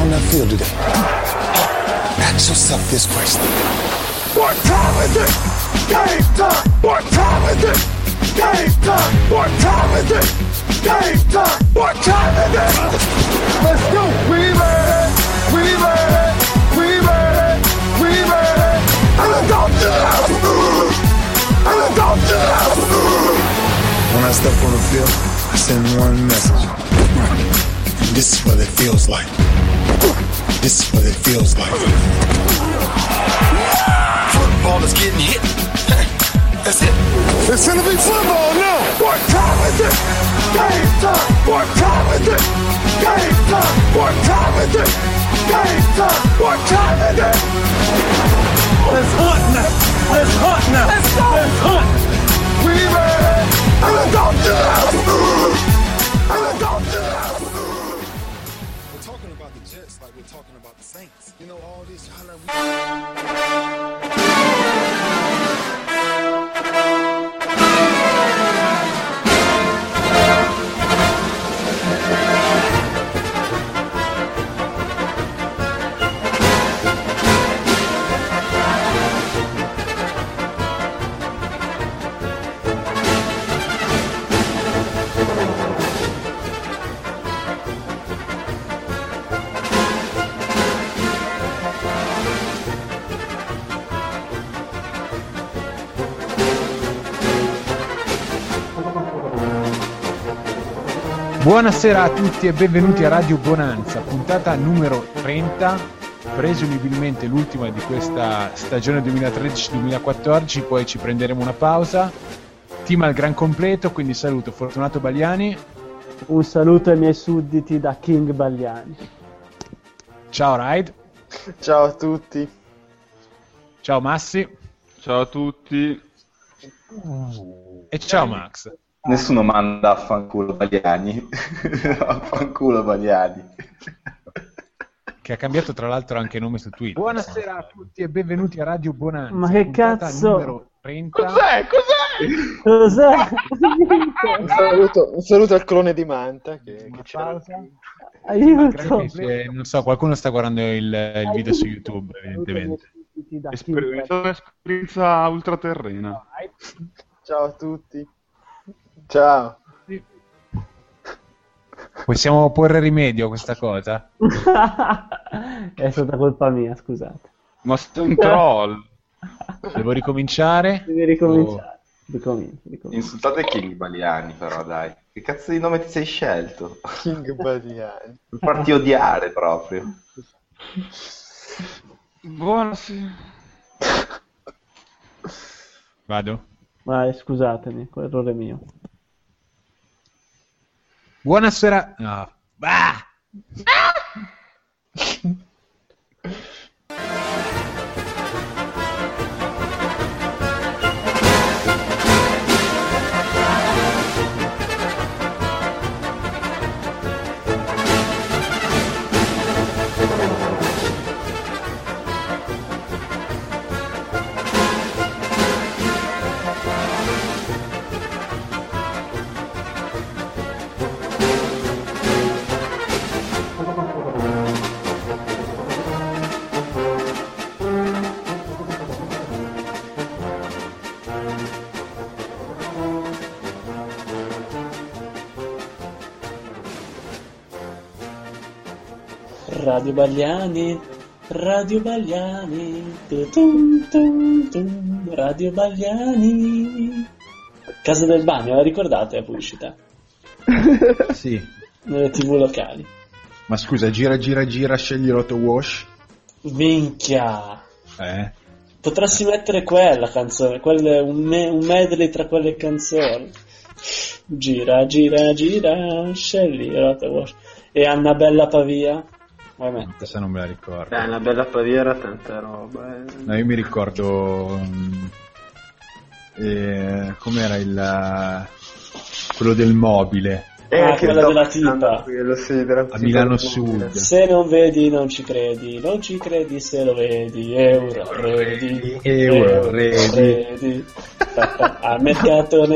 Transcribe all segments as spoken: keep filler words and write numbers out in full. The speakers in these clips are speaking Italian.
on that field today? Ask yourself this question. What time is it? Game time! What time is it? Game time! What time is it? Game time! What time is it? Let's go! We made it! We made it! We made it! We made it! And let's go to the house! And let's go to the house! When I step on the field, I send one message. This is what it feels like. This is what it feels like. Football is getting hit. That's it. It's gonna be football now. What time is it? Game time. What time is it? Game time. What time is it? Game time. What time is it? It's hot now. It's hot now. Let's go. It's hot. We made it. And let's go to the house. And let's go to the house. We're talking about the Jets like we're talking about the Saints. You know all this. Buonasera a tutti e benvenuti a Radio Bonanza, puntata numero trenta, presumibilmente l'ultima di questa stagione duemilatredici duemilaquattordici, poi ci prenderemo una pausa. Team al gran completo, quindi saluto Fortunato Bagliani. Un saluto ai miei sudditi da King Bagliani. Ciao Raid. Ciao a tutti. Ciao Massi. Ciao a tutti. E ciao Max. Nessuno manda a fanculo Bagliani. A fanculo Bagliani. Che ha cambiato tra l'altro anche nome su Twitter. Buonasera a tutti e benvenuti a Radio Bonanza. Ma che cazzo? Numero trenta. Cos'è? Cos'è? Cos'è? Un saluto, un saluto al clone di Manta che, che c'era. Aiuto. Se, non so, qualcuno sta guardando il, il video su YouTube, evidentemente. Esper- è stata un'esperienza ultraterrena. Ciao a tutti. Ciao. Possiamo porre rimedio a questa cosa? È stata colpa mia, scusate. Ma sei un troll. Devo ricominciare? Devi ricominciare. Ricominci, ricominci. Insultate King Bagliani però, dai. Che cazzo di nome ti sei scelto? King Bagliani. Per farti odiare proprio. Buonasera. Vado? Vai, scusatemi, errore mio. Buonasera. No. Bah! Radio Bagliani, Radio Bagliani, tu tum tum tum, Radio Bagliani. Casa del Bagno, la ricordate la pubblicità? Sì. Nelle tivù locali. Ma scusa, gira gira gira, scegli l'auto wash. Minchia. Eh. Potresti mettere quella canzone, quelle, un, me- un medley tra quelle canzoni. Gira, gira, gira, scegli l'auto wash. E Annabella Pavia. Questa non me la ricordo. Eh, una bella Pavia era tanta roba. Eh. No, io mi ricordo um, eh, com'era il quello del mobile. Eh, ah, che quella sto della pensando tipa. a quello, sì, della A tipa Milano del Sud. mobile. Se non vedi non ci credi, non ci credi se lo vedi. Euro, redi, Euro, redi. Al mercato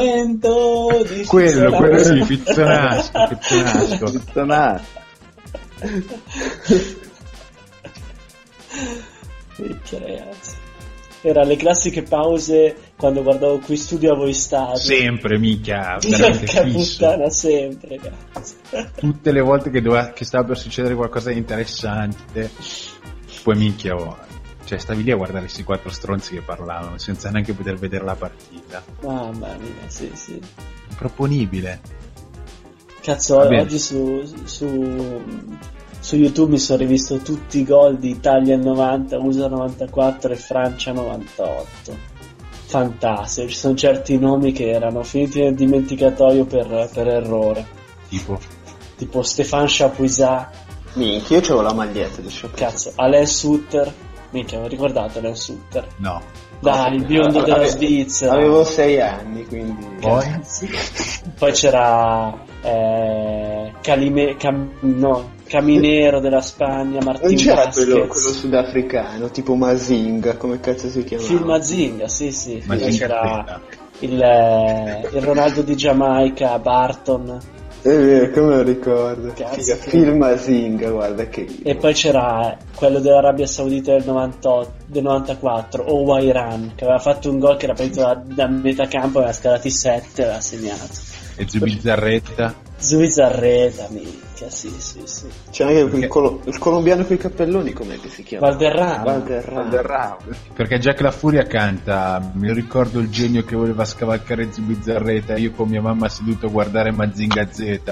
nell'arredamento di Quello, Pizzola. quello sì, pizzonasco, pizzonasco. Pizzonasco. Minchia, ragazzi. Era le classiche pause quando guardavo Qui Studio a voi stati. Sempre, mica, veramente Porca fisso. puttana, sempre, cazzo. Tutte le volte che, doveva, che stava per succedere qualcosa di interessante, poi minchia, oh, cioè stavi lì a guardare questi quattro stronzi che parlavano senza neanche poter vedere la partita. Mamma mia, sì, sì. Improponibile. Cazzo, Va bene. oggi su, su, su YouTube mi sono rivisto tutti i gol di Italia novanta, U S A novantaquattro e Francia novantotto. Fantastico, ci sono certi nomi che erano finiti nel dimenticatoio per, per errore. Tipo, Tipo Stéphane Chapuisat, Minchia, io c'avevo la maglietta di Chapuisat. cazzo, Alain Sutter. Minchia, mi ricordate Alain Sutter? no. Dai, il biondo della Ave- Svizzera. Avevo sei anni, quindi... Poi? Poi c'era eh, Calime, Cam, no, Caminero della Spagna, Martin Non c'era Vasquez. quello, quello sudafricano, tipo Mazinga, come cazzo si chiamava? Phil Mazinga, sì, sì. Poi Mazinga c'era Zeta. il, eh, il Ronaldo di Giamaica, Barton. È vero, come lo ricordo? Cazzo, Figa, che- Phil Mazinga, guarda che... E poi c'era quello dell'Arabia Saudita del, novantotto, del novantaquattro, Owairan, che aveva fatto un gol che era partito da, da metà campo, aveva scalati sette e aveva segnato. E Zubizzarretta. Zubizzarreta, minchia, sì, sì, sì. C'è anche Perché- il, colo- il colombiano con i cappelloni, com'è che si chiama? Valderrama. Valderrama. Perché Jack La Furia canta: mi ricordo il genio che voleva scavalcare Zubizzarreta, io con mia mamma seduto a guardare Mazinga Z. Eh,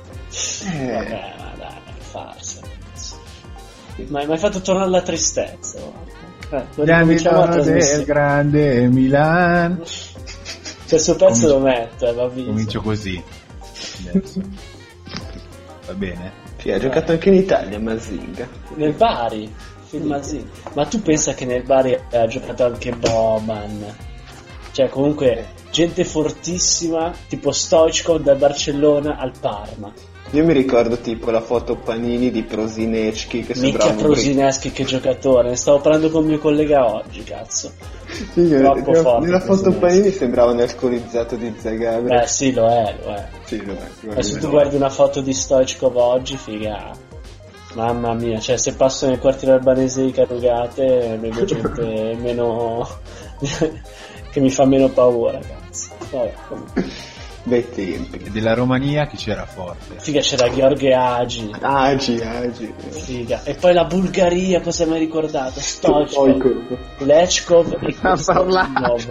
Vabbè, ma dai, che farsa. cazzo. Ma mi hai fatto tornare la tristezza. guarda. Eh, Gli anni ricominciamo la d'oro del trasmissione. grande Milan. Questo pezzo Comincio- lo metto, eh, va via. Comincio così. Adesso. Va bene? sì, ha giocato anche in Italia, Mazinga. Nel Bari, film sì. Ma tu pensa che nel Bari ha giocato anche Boban? Cioè, comunque, gente fortissima, tipo Stoichkov da Barcellona al Parma. Io mi ricordo tipo la foto Panini di Prosinecki che Minchia sembrava un Prosineschi, che giocatore. Ne stavo parlando con mio collega oggi, cazzo. Sì, Troppo nella, forte nella foto Prosineschi. Panini sembrava un alcolizzato di Zagabria. Beh, sì, lo è, lo è. Sì, vabbè, Adesso tu guarda. guardi una foto di Stoichkov oggi, figa. Mamma mia, cioè se passo nel quartiere albanese di Carugate vedo gente meno... che mi fa meno paura, cazzo. Vabbè, comunque. Bei tempi. E della Romania chi c'era forte? Figa, c'era Gheorghe Agi. Agi, Agi. Figa. E poi la Bulgaria, cosa mi hai ricordato? Stoichkov, Stoichkov. Lechkov e Ah, parlare. Kostov.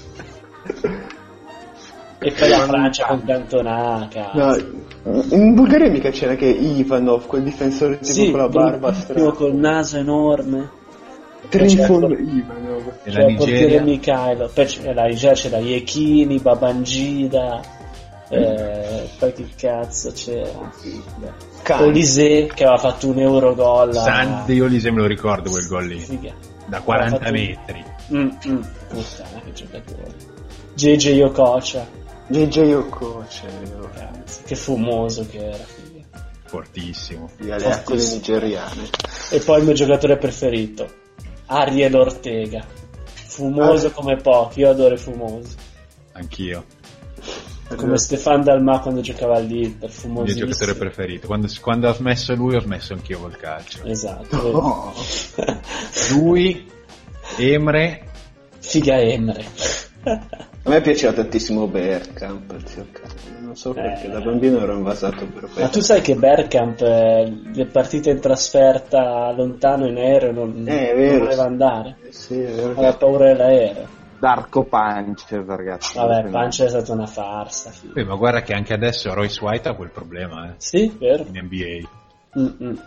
E poi la Francia con Cantona, cazzo. No, in Bulgaria mica c'era anche Ivanov, quel difensore tipo Sì, con la barba bruttissimo, strana. col naso enorme. Trinfon Certo. Ivanov. E C'era la il portiere Nigeria? Mikhailo, poi c'era la Nigeria, c'era Iechini, Babangida, eh, poi che cazzo c'era? Can. Olise che aveva fatto un Eurogol. a- Sante, io lì se me lo ricordo quel gol lì. Figa. Da quaranta Aveva fatto un- metri. Mm, mm, puttana che giocatore. J J Yokocha, J J Okocha. cazzo, che fumoso che era, figa. Fortissimo. Gli aleacole nigeriane. E poi il mio giocatore preferito, Ariel Ortega, fumoso Ah. come pochi, io adoro i fumosi. Anch'io. Come Stefan Dalma quando giocava lì, per Il mio fumosissimo. giocatore preferito. Quando, quando ha smesso lui, ho smesso anch'io col calcio. Esatto. vedi? Oh. Lui, Emre, Figa Emre. A me piaceva tantissimo Bergkamp, zio cazzo. Non so perché, Eh. da bambino ero invasato per Ma tu sai che Bergkamp eh, le partite in trasferta lontano in aereo non, Eh, è non vero. voleva andare, Sì, è vero. aveva paura dell'aereo. Darko Puncher, ragazzi. Vabbè, Pancia è stata una farsa. figa. Beh, ma guarda che anche adesso Royce White ha quel problema, eh, Sì, vero? in N B A. Mm-mm.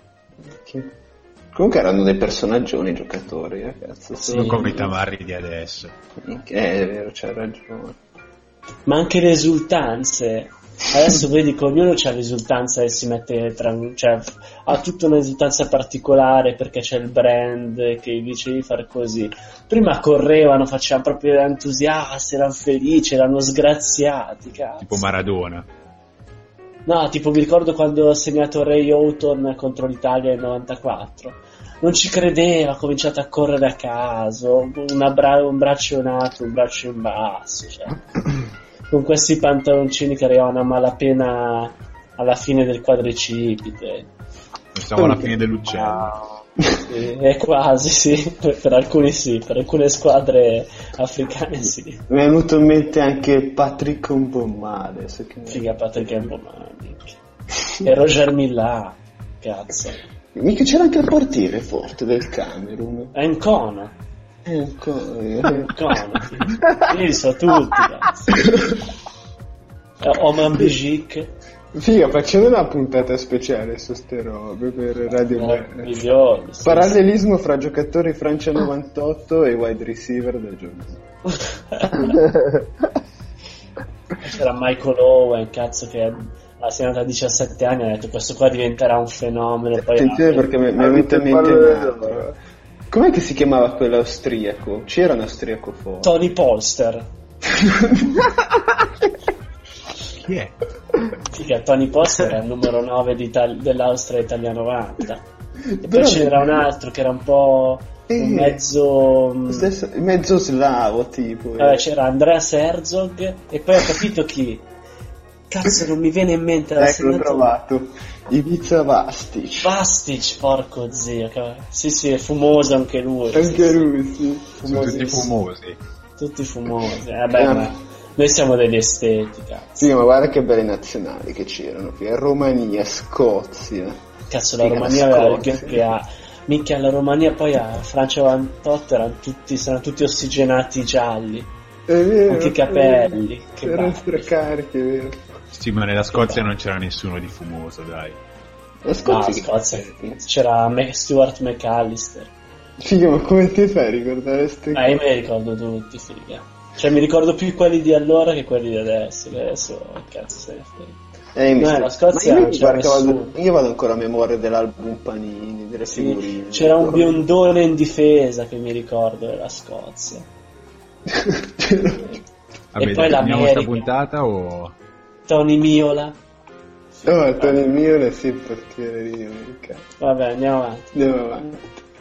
Comunque erano dei personaggioni i giocatori, eh, cazzo. Sì. Non come i tamarri di adesso. Eh, è vero, c'hai ragione. Ma anche le esultanze. Adesso vedi che ognuno c'ha l'esultanza e si mette tra, cioè ha tutta un'esultanza particolare perché c'è il brand che gli dice di fare così. Prima correvano, facevano proprio entusiasti, erano felici, erano sgraziati, cazzo. Tipo Maradona. No, tipo mi ricordo quando ho segnato Ray Houghton contro l'Italia nel novantaquattro. Non ci credeva, ha cominciato a correre a caso, una bra- un braccio in alto, un braccio in basso, cioè. Con questi pantaloncini che arrivavano a malapena alla fine del quadricipite. Siamo alla fine dell'uccello. Sì, è quasi, sì, per, per alcuni sì, per alcune squadre africane sì. Mi è venuto in mente anche Patrick Mbomale. Figa Patrick Mbomale. E Roger Milla, cazzo. Mica c'era anche il portiere forte del Camerun. È in cono. È in cono. Io li so tutti, cazzo. Oman Bijik. Figa, facendo una puntata speciale su ste robe per Radio eh, milioni, sì, parallelismo sì. Fra giocatori Francia novantotto e wide receiver da giorno. C'era Michael Owen, cazzo, che ha segnato a diciassette anni, ha detto questo qua diventerà un fenomeno. Poi attenzione, perché mi è venuto in mente un altro. Com'è che si chiamava quell'austriaco? C'era un austriaco forte. Tony Polster. Chi è? Figa, Tony Polster è il numero nove dell'Austria Italia novanta. E poi Però... c'era un altro che era un po' eh, un mezzo mezzo slavo tipo. Vabbè, c'era Andreas Herzog e poi ho capito chi. Cazzo, non mi viene in mente la ecco, l'ho trovato. Ivica Vastic. Vastic, porco zio. Sì, sì, è fumoso anche lui. Anche sì, lui, sì. Sono tutti fumosi. Tutti fumosi. Eh beh, eh, ma noi siamo degli esteti, cazzo. Sì, ma guarda che belle nazionali che c'erano. Romania, Scozia. Cazzo, la Romania aveva il che ha. Minchia, la Romania poi a Francia novantotto erano tutti, erano tutti ossigenati gialli. È vero. Anche i capelli. Che erano stracarichi, è vero. Sì, ma nella Scozia non c'era nessuno di fumoso, dai. La Scozia, no, Scozia c'era Stuart McAllister. Figa, ma come ti fai a ricordare ste cose? Ah, io me li ricordo tutti, figa. Cioè, mi ricordo più quelli di allora che quelli di adesso. Adesso, cazzo, se ne frega. Eh, no, la Scozia io, non c'era vado, io vado ancora a memoria dell'album Panini, delle sì, figurine. C'era un biondone in difesa che mi ricordo della Scozia. Vabbè, e poi l'America. Questa puntata o... Tony Miola. Oh, Tony Miola è sì il portiere di America. Vabbè, andiamo avanti. Andiamo avanti.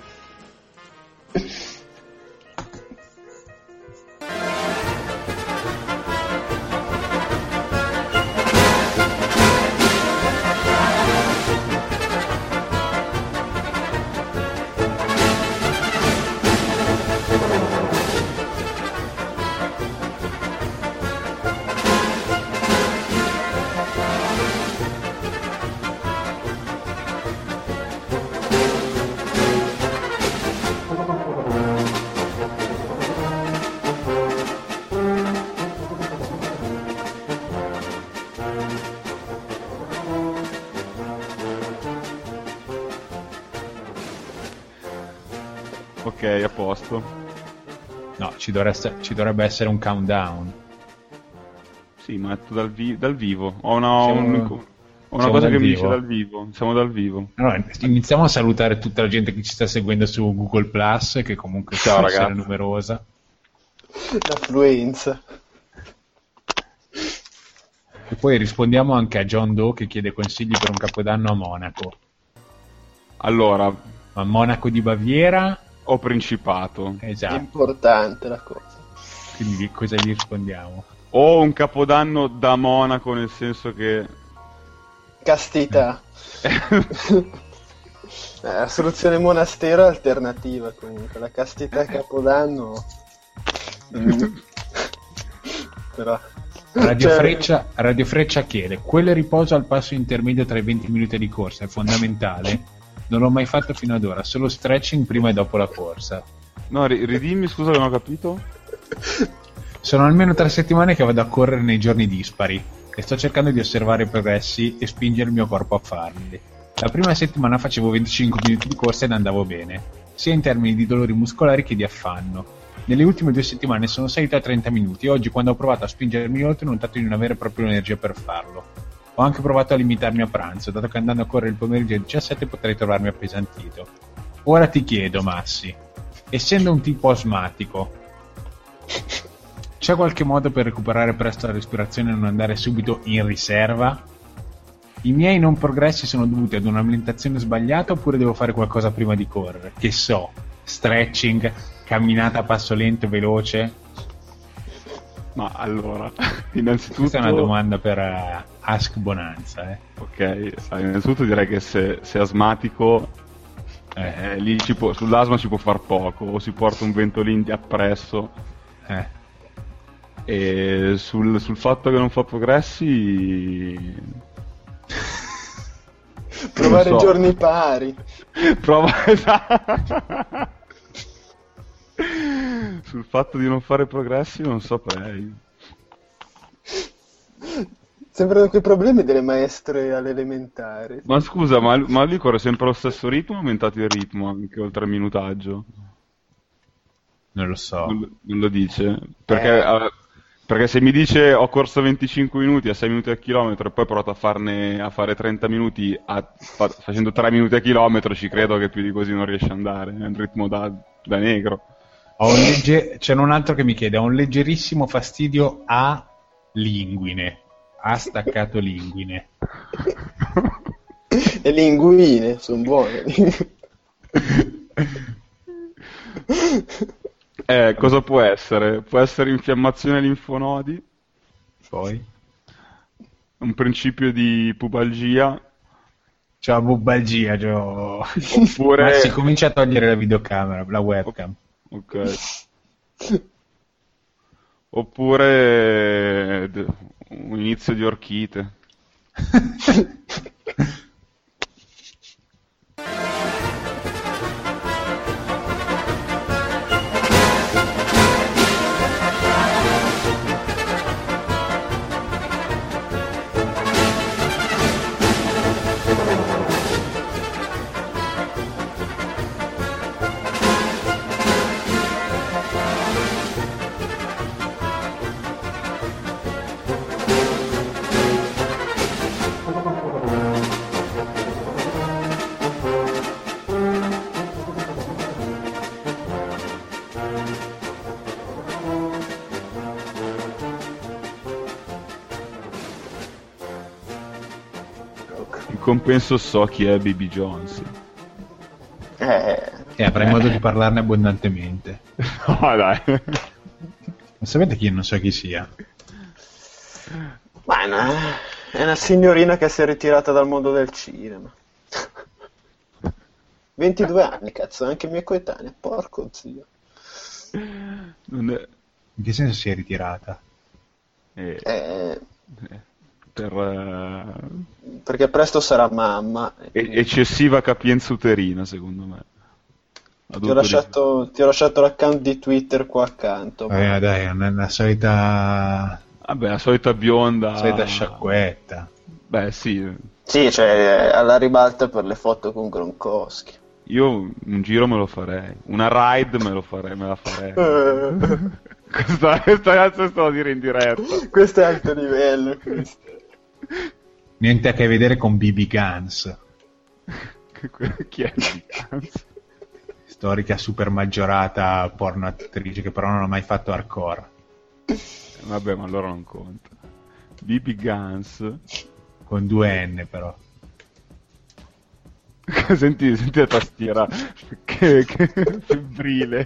Ok, a posto. No, ci dovrebbe, essere, ci dovrebbe essere un countdown. Sì, ma dal, vi- dal vivo. Ho una, Siamo, un, ho una cosa che vivo. mi dice dal vivo. Siamo dal vivo. Allora, iniziamo a salutare tutta la gente che ci sta seguendo su Google Plus, che comunque Ciao, è ragazzi. numerosa. L'affluenza. E poi rispondiamo anche a John Doe che chiede consigli per un capodanno a Monaco. Allora, a Monaco di Baviera o Principato? Esatto. Importante la cosa. Quindi cosa gli rispondiamo? O un capodanno da Monaco, nel senso che... Castità. eh, la soluzione monastero è alternativa comunque. La castità capodanno... mm. Però... Radio, cioè... Freccia, Radio Freccia chiede: quel riposo al passo intermedio tra i venti minuti di corsa è fondamentale? Non l'ho mai fatto fino ad ora, solo stretching prima e dopo la corsa. No, ri- ridimmi, scusa che non ho capito. Sono almeno tre settimane che vado a correre nei giorni dispari e sto cercando di osservare i progressi e spingere il mio corpo a farli. La prima settimana facevo venticinque minuti di corsa ed andavo bene, sia in termini di dolori muscolari che di affanno. Nelle ultime due settimane sono salito a trenta minuti e oggi, quando ho provato a spingermi oltre, ho notato di non avere proprio l'energia per farlo. Ho anche provato a limitarmi a pranzo, dato che andando a correre il pomeriggio alle diciassette potrei trovarmi appesantito. Ora ti chiedo, Massi, essendo un tipo asmatico, c'è qualche modo per recuperare presto la respirazione e non andare subito in riserva? I miei non progressi sono dovuti ad un'alimentazione sbagliata oppure devo fare qualcosa prima di correre? Che so, stretching, camminata a passo lento e veloce? Ma allora, innanzitutto... Questa è una domanda per uh, Ask Bonanza, eh. Ok, sai, innanzitutto direi che se sei asmatico, eh, lì ci può, sull'asma ci può far poco, o si porta un Ventolin appresso. Eh. E sul, sul fatto che non fa progressi... Provare so. giorni pari. Prova... Sul fatto di non fare progressi non saprei. Sembrano quei problemi delle maestre all'elementare. Ma scusa, ma, ma lui corre sempre allo stesso ritmo o ha aumentato il ritmo anche oltre il minutaggio? Non lo so. Non, non lo dice? Perché, Eh. eh, perché se mi dice ho corso venticinque minuti a sei minuti al chilometro e poi ho provato a farne a fare trenta minuti a, fa, facendo tre minuti a chilometro, ci credo che più di così non riesce ad andare. È un ritmo da, da negro. Ho un legge... C'è un altro che mi chiede: ho un leggerissimo fastidio a linguine. Ha staccato linguine. Le linguine sono buone. Eh, cosa può essere? Può essere infiammazione ai linfonodi, Poi un principio di pubalgia, c'ho la bubalgia, c'ho... oppure... Ma si comincia a togliere la videocamera, la webcam. Ok. Oppure d- un inizio di orchite. In compenso so chi è B B Jones. Eh, E avrai modo di parlarne abbondantemente. No, dai. Ma sapete chi non so chi sia? ma è una, è una signorina che si è ritirata dal mondo del cinema. ventidue anni, cazzo, anche mia coetanea, porco zio. Non è... In che senso si è ritirata? eh, Eh, per eh, perché presto sarà mamma. e- eccessiva capienza uterina, secondo me. Ti ho, Adulto lasciato, ti ho lasciato l'account di Twitter qua accanto. Eh, dai, è una, una solita... di- Vabbè, la solita bionda. solita sciacquetta. Beh, sì. Sì, cioè, alla ribalta per le foto con Gronkowski. Io un giro me lo farei. Una ride me lo farei, me la farei. Questa, questa cazzo sto a dire in diretta. Questo è alto livello, questo. Niente a che vedere con B B Guns, Chi è il cazzo? storica super maggiorata porno attrice che però non ha mai fatto hardcore. Vabbè, ma allora non conta. B B Guns. Con due N però. Senti, senti la tastiera. Che, che febbrile.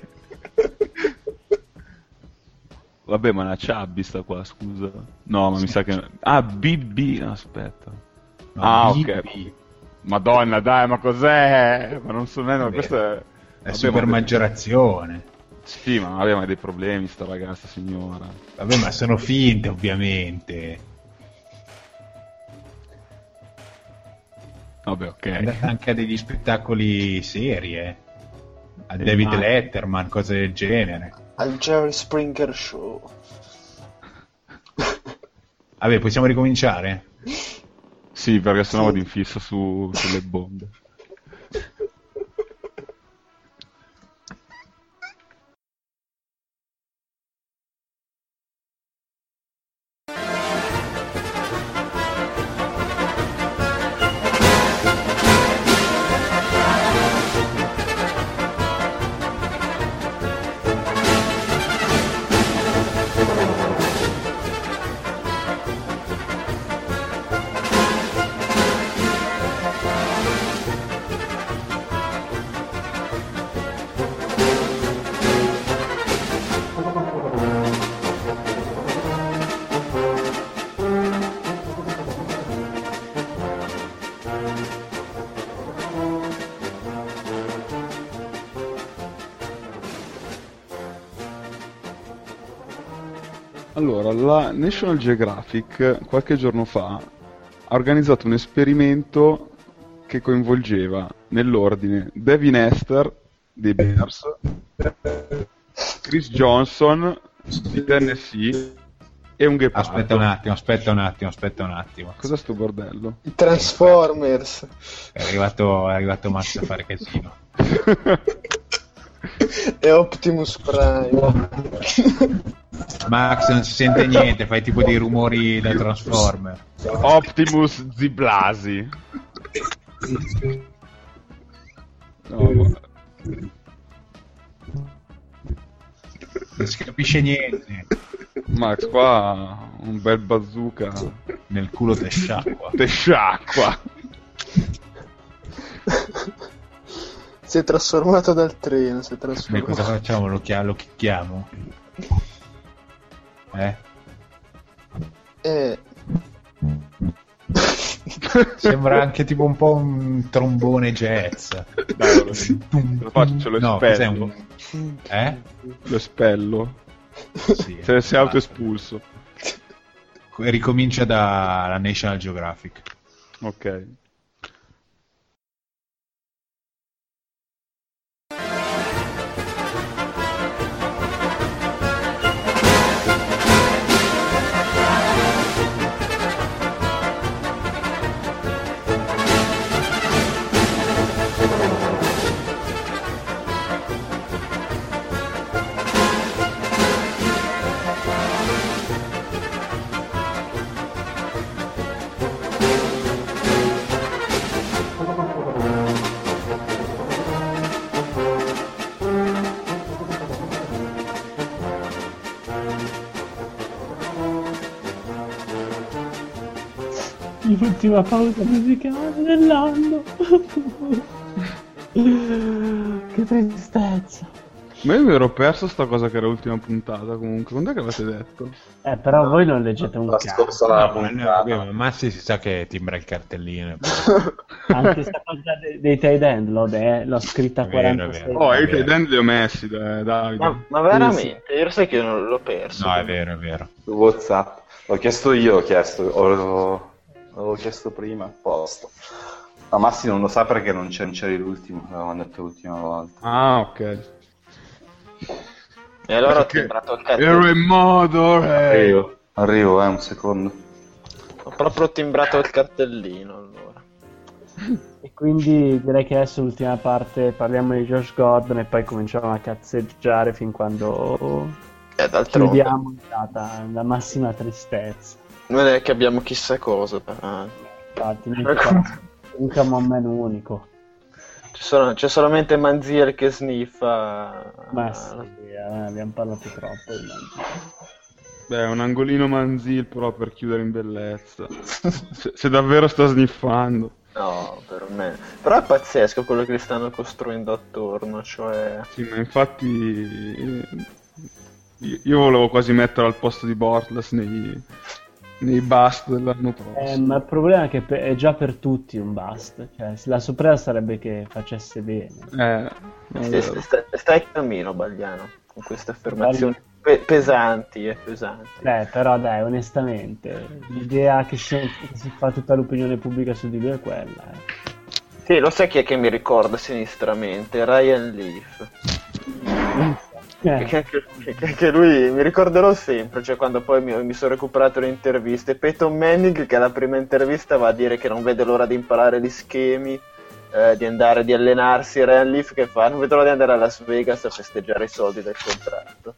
Vabbè, ma una Chubby sta qua, scusa. No, ma mi sa che... Ah, B B... Aspetta. No, ah, B B. ok. Madonna, dai, ma cos'è? Ma non so nemmeno... Vabbè, Questo è... È Vabbè, super ma- maggiorazione. Sì, ma aveva mai dei problemi, sta ragazza, signora. Vabbè, ma sono finte ovviamente. Vabbè, È ok. andata anche a degli spettacoli seri, eh. A Eh, David ma- Letterman, cose del genere. Al Jerry Springer Show. Vabbè, possiamo ricominciare? Sì, perché sennò Sì. vado in fissa su, sulle bombe. Allora, la National Geographic qualche giorno fa ha organizzato un esperimento che coinvolgeva nell'ordine Devin Hester dei Bears, Chris Johnson di Tennessee e un ghepardo. Aspetta un attimo, aspetta un attimo, aspetta un attimo. Cos'è sto bordello? I Transformers. È arrivato, è arrivato Max a fare casino. E Optimus Prime. Max, non si sente niente, fai tipo dei rumori da Transformer. Optimus Ziblasi. No, ma... Non si capisce niente. Max, qua un bel bazooka nel culo te sciacqua. Te sciacqua. Si è trasformato dal treno, si è E trasformato. cosa facciamo? Lo, chia- lo chicchiamo? Eh? Eh. Sembra anche tipo un po' un trombone jazz. Dai, lo, lo faccio, lo No, espello. cos'è un... Eh? Lo espello. Sì, Se si è autoespulso. Ricomincia dalla National Geographic. Ok. L'ultima pausa musicale dell'anno. Che tristezza. Ma io mi ero perso sta cosa che era l'ultima puntata comunque. Quando è che avete detto? Eh, però voi non leggete un La cazzo. scorsa No, ma puntata. no, ma Massi si sa che timbra il cartellino. Anche sta cosa dei, dei tight end l'ho, de- l'ho scritta È vero, è quarantasei. vero. Oh, È i vero. tight end li ho messi, dai, Davide. Ma, ma veramente? Io sai che io non l'ho perso. No, è vero, è vero. Su WhatsApp. L'ho chiesto io, ho chiesto, ho, l'avevo chiesto prima, a posto. Ma Massi non lo sa perché non c'è- non c'eri l'ultimo, l'avevamo detto l'ultima volta. Ah, ok. E allora ho Perché timbrato il Ero cartellino. in Motorhead. Arrivo, arrivo, eh, un secondo. Ho proprio timbrato il cartellino allora. E quindi direi che adesso l'ultima parte parliamo di Josh Gordon e poi cominciamo a cazzeggiare fin quando Eh, d'altronde. chiudiamo in data la massima tristezza. Non è che abbiamo chissà cosa, però. Infatti, noi qua un camommen unico. C'è, solo- c'è solamente Manziel che sniffa. Ma sì, eh, abbiamo parlato troppo di Manziel. Beh, un angolino Manzil però per chiudere in bellezza. se, se davvero sta sniffando. No, per me. Però è pazzesco quello che gli stanno costruendo attorno, cioè. Sì, ma infatti io, io volevo quasi mettere al posto di Bortles nei, nei bust dell'anno Eh, prossimo. ma il problema è che pe- è già per tutti un bust. Cioè, la sorpresa sarebbe che facesse bene. Eh, Stai, stai, stai in cammino, Bagliano, con queste affermazioni pe- pesanti e pesanti. Beh, però dai, onestamente, l'idea che si, che si fa tutta l'opinione pubblica su di lui è quella. eh. Sì, lo sai chi è che mi ricorda sinistramente? Ryan Leaf. Eh, Che anche, che anche lui mi ricorderò sempre, cioè quando poi mi, mi sono recuperato le interviste. Peyton Manning che alla prima intervista va a dire che non vede l'ora di imparare gli schemi, eh, di andare, di allenarsi. Ryan Leaf che fa, non vedo l'ora di andare a Las Vegas a festeggiare i soldi del contratto.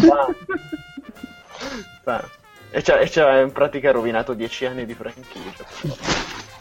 Ma- ma- e ci ha e ci ha in pratica rovinato dieci anni di franchigia.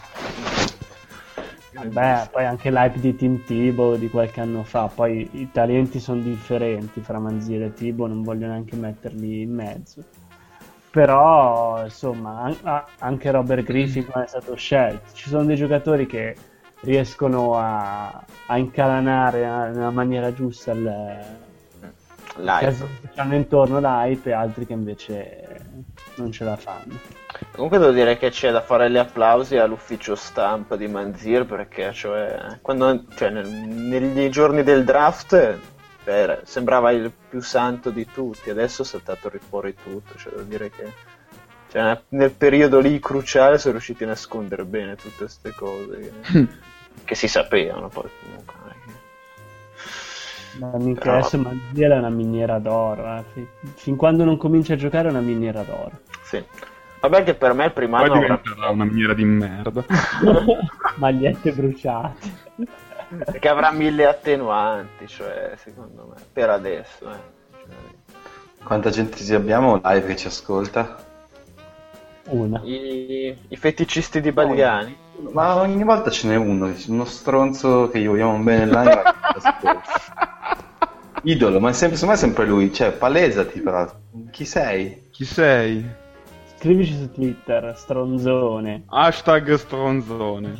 Beh, poi anche l'hype di Tim Tebow di qualche anno fa, poi i talenti sono differenti fra Manziel e Tebow, non voglio neanche metterli in mezzo. Però, insomma, an- a- anche Robert Griffin non è stato scelto. Ci sono dei giocatori che riescono a, a incalanare eh, nella maniera giusta il, L'hype. che hanno intorno l'hype e altri che invece non ce la fanno. Comunque devo dire che c'è da fare gli applausi all'ufficio stampa di Manziel perché cioè, quando, cioè, nel- negli giorni del draft Cioè, era- sembrava il più santo di tutti, adesso è saltato fuori tutto, cioè devo dire che cioè, nel periodo lì cruciale sono riusciti a nascondere bene tutte queste cose che, che si sapevano poi comunque. non è che- Ma minchia, Però- adesso Manziel è una miniera d'oro. eh. Fin, fin quando non comincia a giocare è una miniera d'oro. Sì. Vabbè che per me il primo Poi anno avrà- diventerà una miniera di merda. Magliette bruciate. perché avrà mille attenuanti, cioè secondo me, per adesso. Eh. Cioè, Quanta gente ci abbiamo live che ci ascolta? Una. i, I feticisti di Bagliani. Ma ogni volta ce n'è uno, uno stronzo che gli vogliamo bene l'anima che ci ascolta. Idolo, ma è sempre, secondo me è sempre lui, cioè palesati però. Chi sei? Chi sei? Scrivici su Twitter, stronzone. Hashtag stronzone.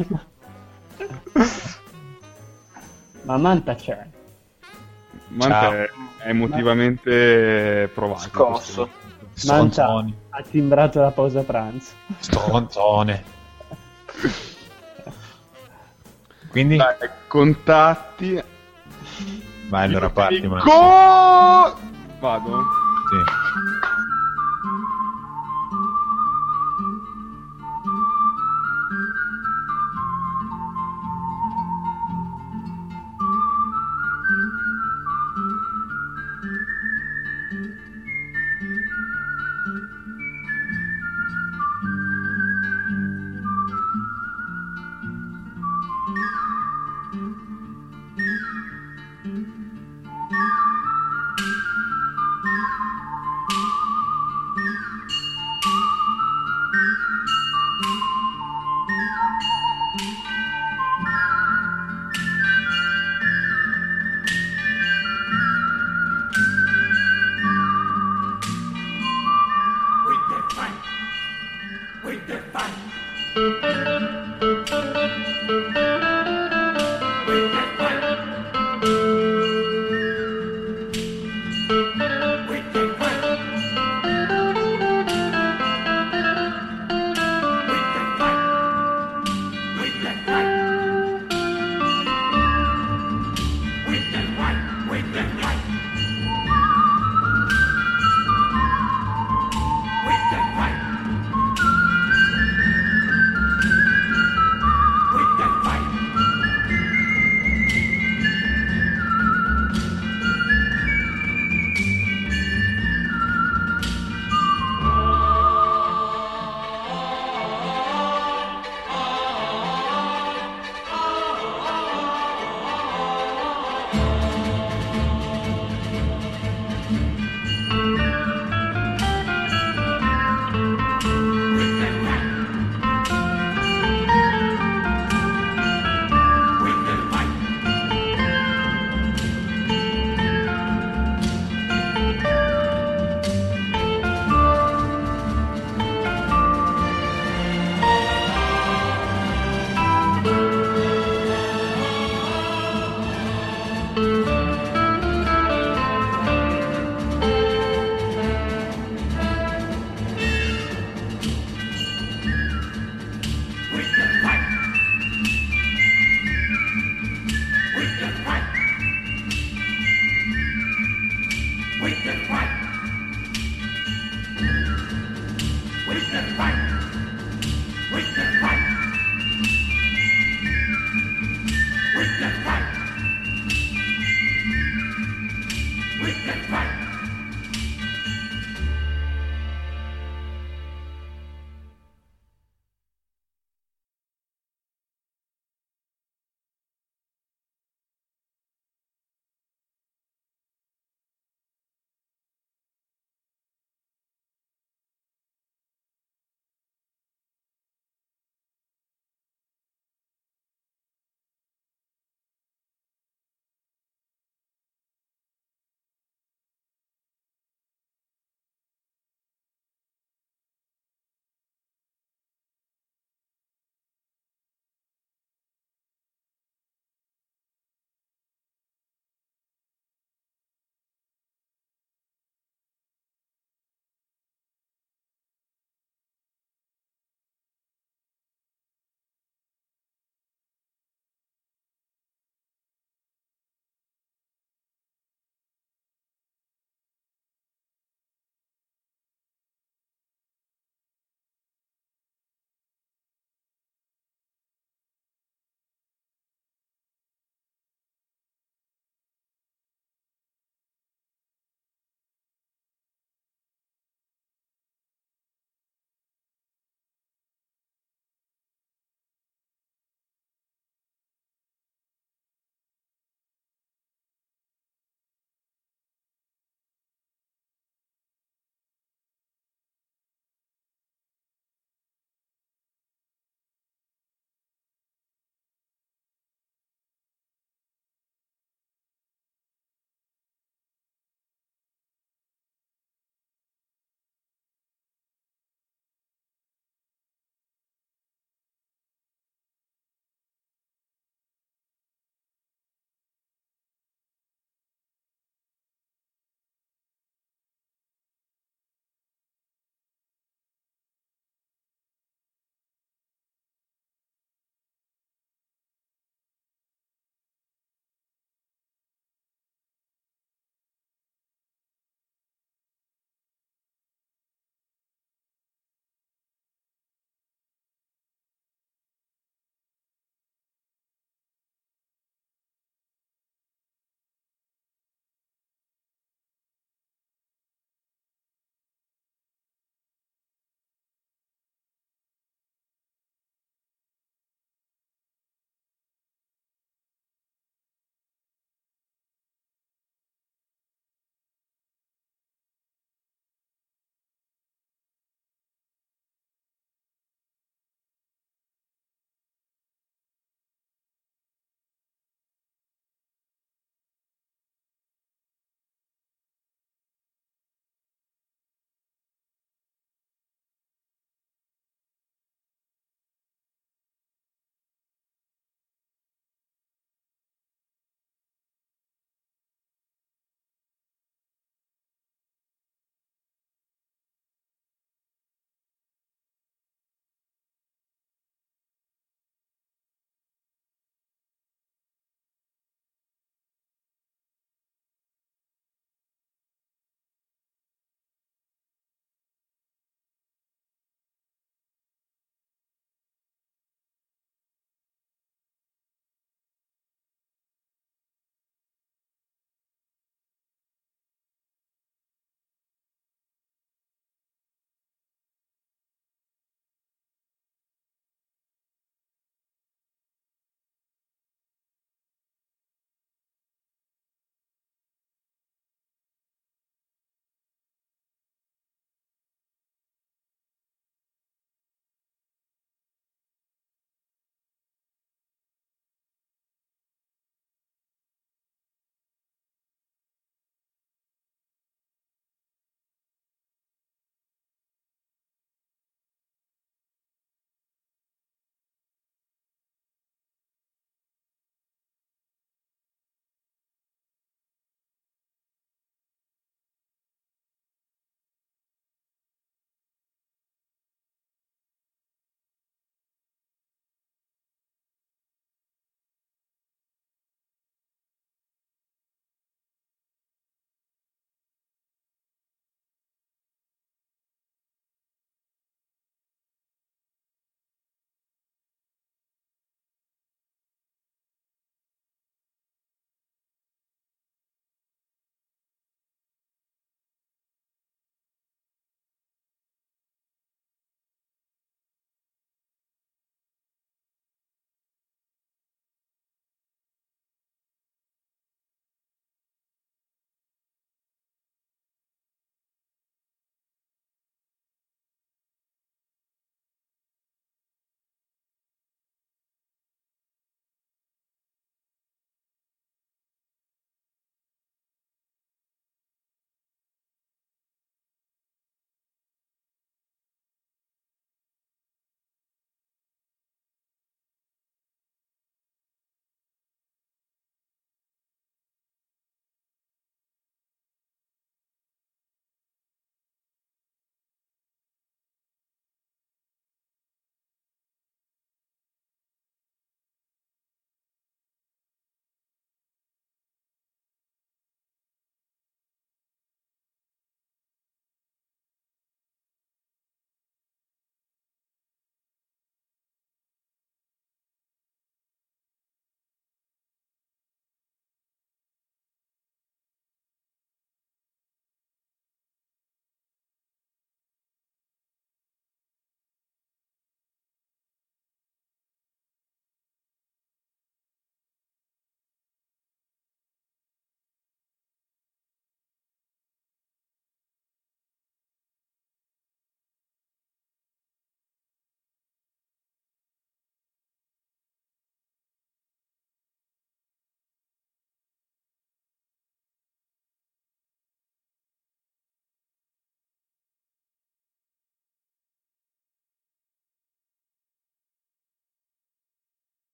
Ma Manta c'è. Manta è, è emotivamente provato. Scosso. Manta Stronzoni. ha timbrato la pausa pranzo. Stronzone. Quindi? Dai, contatti. Vai, allora parti, ma... Co- Vado. Sì. We can fight.